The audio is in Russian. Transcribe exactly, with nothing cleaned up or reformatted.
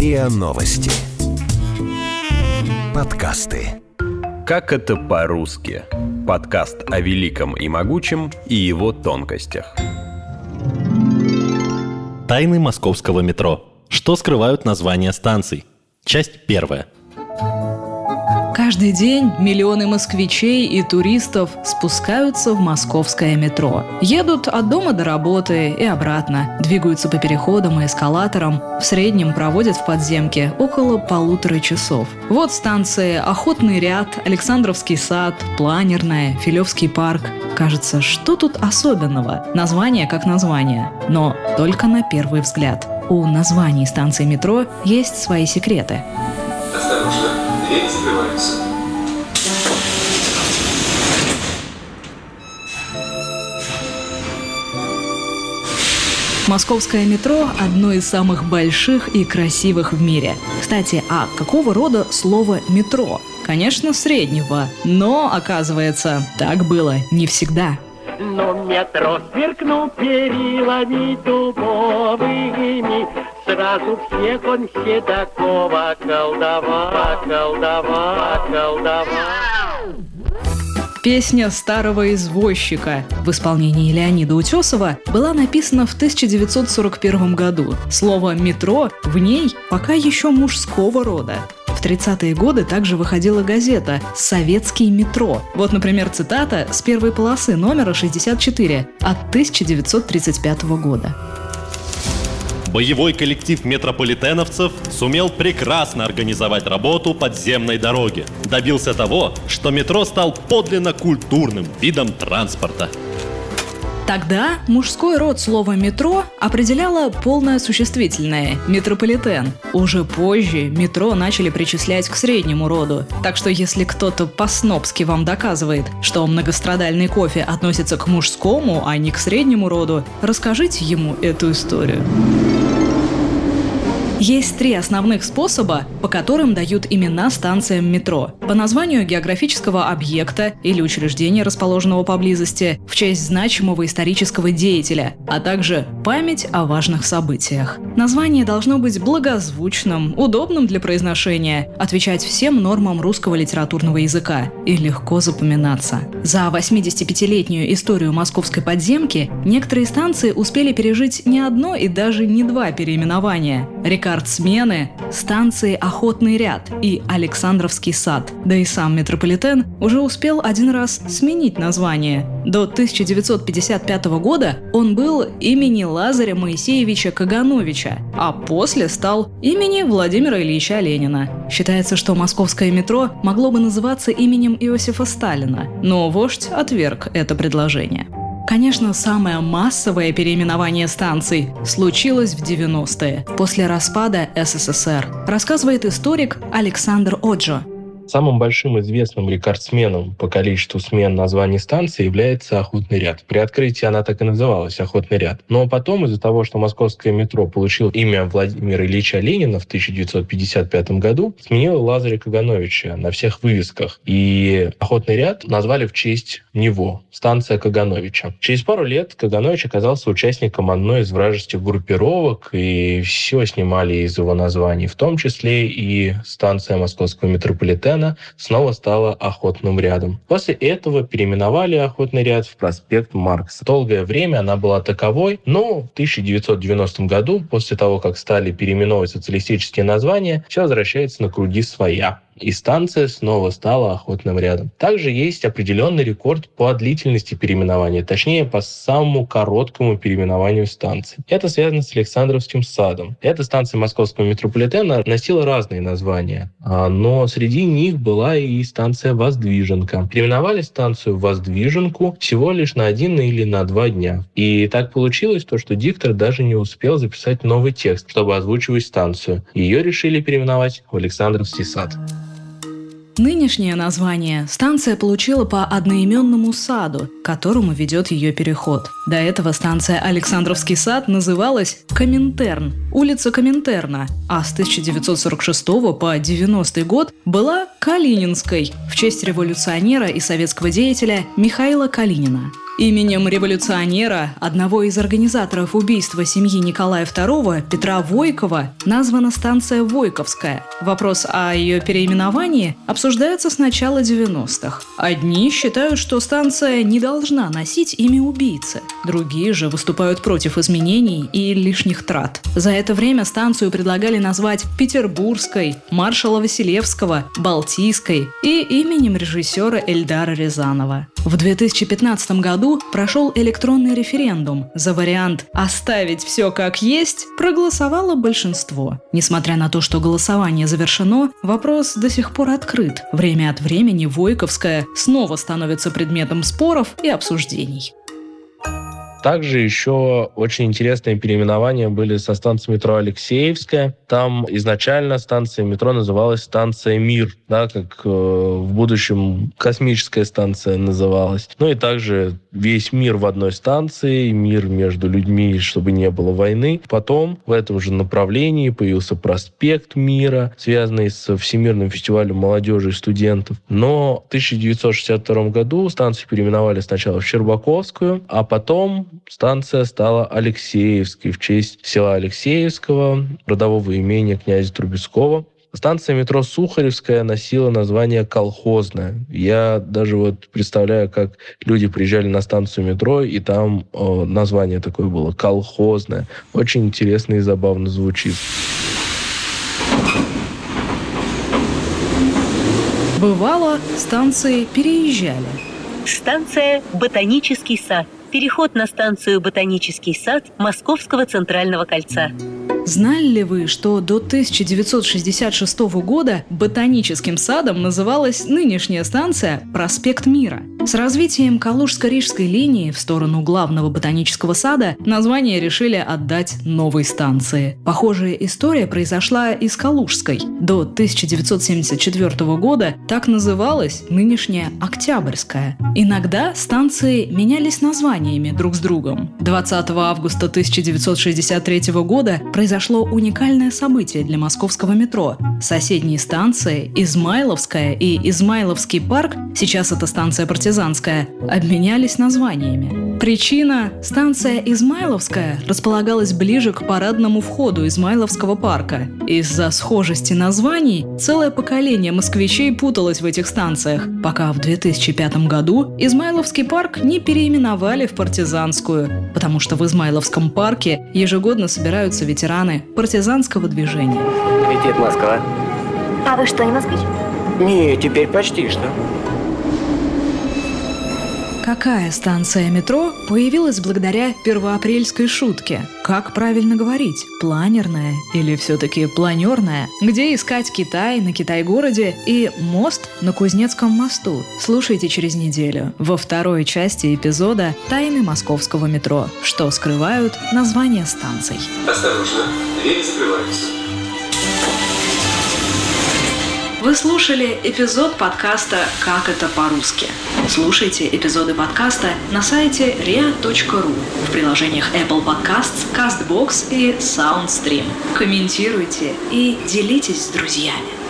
РИА Новости. Подкасты. Как это по-русски? Подкаст о великом и могучем и его тонкостях. Тайны московского метро. Что скрывают названия станций? Часть первая. Каждый день миллионы москвичей и туристов спускаются в московское метро. Едут от дома до работы и обратно, двигаются по переходам и эскалаторам. В среднем проводят в подземке около полутора часов. Вот станции Охотный ряд, Александровский сад, Планерная, Филевский парк. Кажется, что тут особенного? Название как название, но только на первый взгляд. У названий станций метро есть свои секреты. Осторожно, двери закрываются. Московское метро – одно из самых больших и красивых в мире. Кстати, а какого рода слово «метро»? Конечно, среднего, но, оказывается, так было не всегда. Но метро сверкнул перилами дубовыми, сразу всех он седакова колдова, колдова, колдова. Песня старого извозчика в исполнении Леонида Утесова была написана в тысяча девятьсот сорок первом году. Слово «метро» в ней пока еще мужского рода. В тридцатые годы также выходила газета «Советский метро». Вот, например, цитата с первой полосы номера шестьдесят четыре от тысяча девятьсот тридцать пятого года. Боевой коллектив метрополитеновцев сумел прекрасно организовать работу подземной дороги. Добился того, что метро стал подлинно культурным видом транспорта. Тогда мужской род слова «метро» определяло полное существительное – метрополитен. Уже позже метро начали причислять к среднему роду. Так что если кто-то по-снобски вам доказывает, что многострадальный кофе относится к мужскому, а не к среднему роду, расскажите ему эту историю. Есть три основных способа, по которым дают имена станциям метро. По названию географического объекта или учреждения, расположенного поблизости, в честь значимого исторического деятеля, а также память о важных событиях. Название должно быть благозвучным, удобным для произношения, отвечать всем нормам русского литературного языка и легко запоминаться. За восьмидесятипятилетнюю историю московской подземки некоторые станции успели пережить не одно и даже не два переименования. Рекордсмены – станции Охотный ряд и Александровский сад. Да и сам метрополитен уже успел один раз сменить название. До тысяча девятьсот пятьдесят пятого года он был имени Лазаря Моисеевича Кагановича, а после стал имени Владимира Ильича Ленина. Считается, что московское метро могло бы называться именем Иосифа Сталина, но вождь отверг это предложение. Конечно, самое массовое переименование станций случилось в девяностые, после распада СССР, рассказывает историк Александр Оджо. Самым большим известным рекордсменом по количеству смен названий станций является Охотный ряд. При открытии она так и называлась Охотный ряд. Но потом, из-за того, что московское метро получило имя Владимира Ильича Ленина в тысяча девятьсот пятьдесят пятом году, сменило Лазаря Кагановича на всех вывесках. И Охотный ряд назвали в честь него, станция Кагановича. Через пару лет Каганович оказался участником одной из вражеских группировок, и все снимали из его названий, в том числе и станция московского метрополитена снова стала Охотным рядом. После этого переименовали Охотный ряд в проспект Маркса. Долгое время она была таковой, но в тысяча девятьсот девяностом году, после того, как стали переименовывать социалистические названия, все возвращается на круги своя. И станция снова стала Охотным рядом. Также есть определенный рекорд по длительности переименования, точнее, по самому короткому переименованию станции. Это связано с Александровским садом. Эта станция московского метрополитена носила разные названия, но среди них была и станция Воздвиженка. Переименовали станцию в Воздвиженку всего лишь на один или на два дня. И так получилось то, что диктор даже не успел записать новый текст, чтобы озвучивать станцию. Ее решили переименовать в Александровский сад. Нынешнее название станция получила по одноименному саду, к которому ведет ее переход. До этого станция Александровский сад называлась Коминтерн, улица Коминтерна, а с тысяча девятьсот сорок шестого по девяностый год была Калининской в честь революционера и советского деятеля Михаила Калинина. Именем революционера, одного из организаторов убийства семьи Николая второго, Петра Войкова, названа станция Войковская. Вопрос о ее переименовании обсуждается с начала девяностых. Одни считают, что станция не должна носить имя убийцы. Другие же выступают против изменений и лишних трат. За это время станцию предлагали назвать Петербургской, маршала Василевского, Балтийской и именем режиссера Эльдара Рязанова. В две тысячи пятнадцатом году прошел электронный референдум. За вариант «оставить все как есть» проголосовало большинство. Несмотря на то, что голосование завершено, вопрос до сих пор открыт. Время от времени Войковская снова становится предметом споров и обсуждений. Также еще очень интересные переименования были со станции метро Алексеевская. Там изначально станция метро называлась станция Мир, да, как э, в будущем космическая станция называлась. Ну и также весь мир в одной станции, мир между людьми, чтобы не было войны. Потом в этом же направлении появился проспект Мира, связанный с Всемирным фестивалем молодежи и студентов. Но в тысяча девятьсот шестьдесят втором году станцию переименовали сначала в Щербаковскую, а потом станция стала Алексеевской в честь села Алексеевского, родового имения князя Трубецкого. Станция метро Сухаревская носила название «Колхозная». Я даже вот представляю, как люди приезжали на станцию метро, и там э, название такое было «Колхозная». Очень интересно и забавно звучит. Бывало, станции переезжали. Станция «Ботанический сад». Переход на станцию «Ботанический сад» Московского центрального кольца. Знали ли вы, что до тысяча девятьсот шестьдесят шестого года ботаническим садом называлась нынешняя станция «Проспект Мира»? С развитием Калужско-Рижской линии в сторону главного ботанического сада название решили отдать новой станции. Похожая история произошла и с Калужской. До тысяча девятьсот семьдесят четвёртого года так называлась нынешняя Октябрьская. Иногда станции менялись названиями друг с другом. двадцатого августа тысяча девятьсот шестьдесят третьего года произошло уникальное событие для московского метро. Соседние станции Измайловская и Измайловский парк, сейчас это станция Партизанская, обменялись названиями. Причина – станция Измайловская располагалась ближе к парадному входу Измайловского парка. Из-за схожести названий целое поколение москвичей путалось в этих станциях, пока в две тысячи пятом году Измайловский парк не переименовали в Партизанскую, потому что в Измайловском парке ежегодно собираются ветераны партизанского движения. Летит Москва. А вы что, не москвич? Не, теперь почти что. Какая станция метро появилась благодаря первоапрельской шутке? Как правильно говорить? Планерная или все-таки планерная? Где искать Китай на Китай-городе и мост на Кузнецком мосту? Слушайте через неделю во второй части эпизода «Тайны московского метро», что скрывают названия станций. Осторожно, двери закрываются. Вы слушали эпизод подкаста «Как это по-русски». Слушайте эпизоды подкаста на сайте риа точка ру, в приложениях Apple Podcasts, CastBox и SoundStream. Комментируйте и делитесь с друзьями.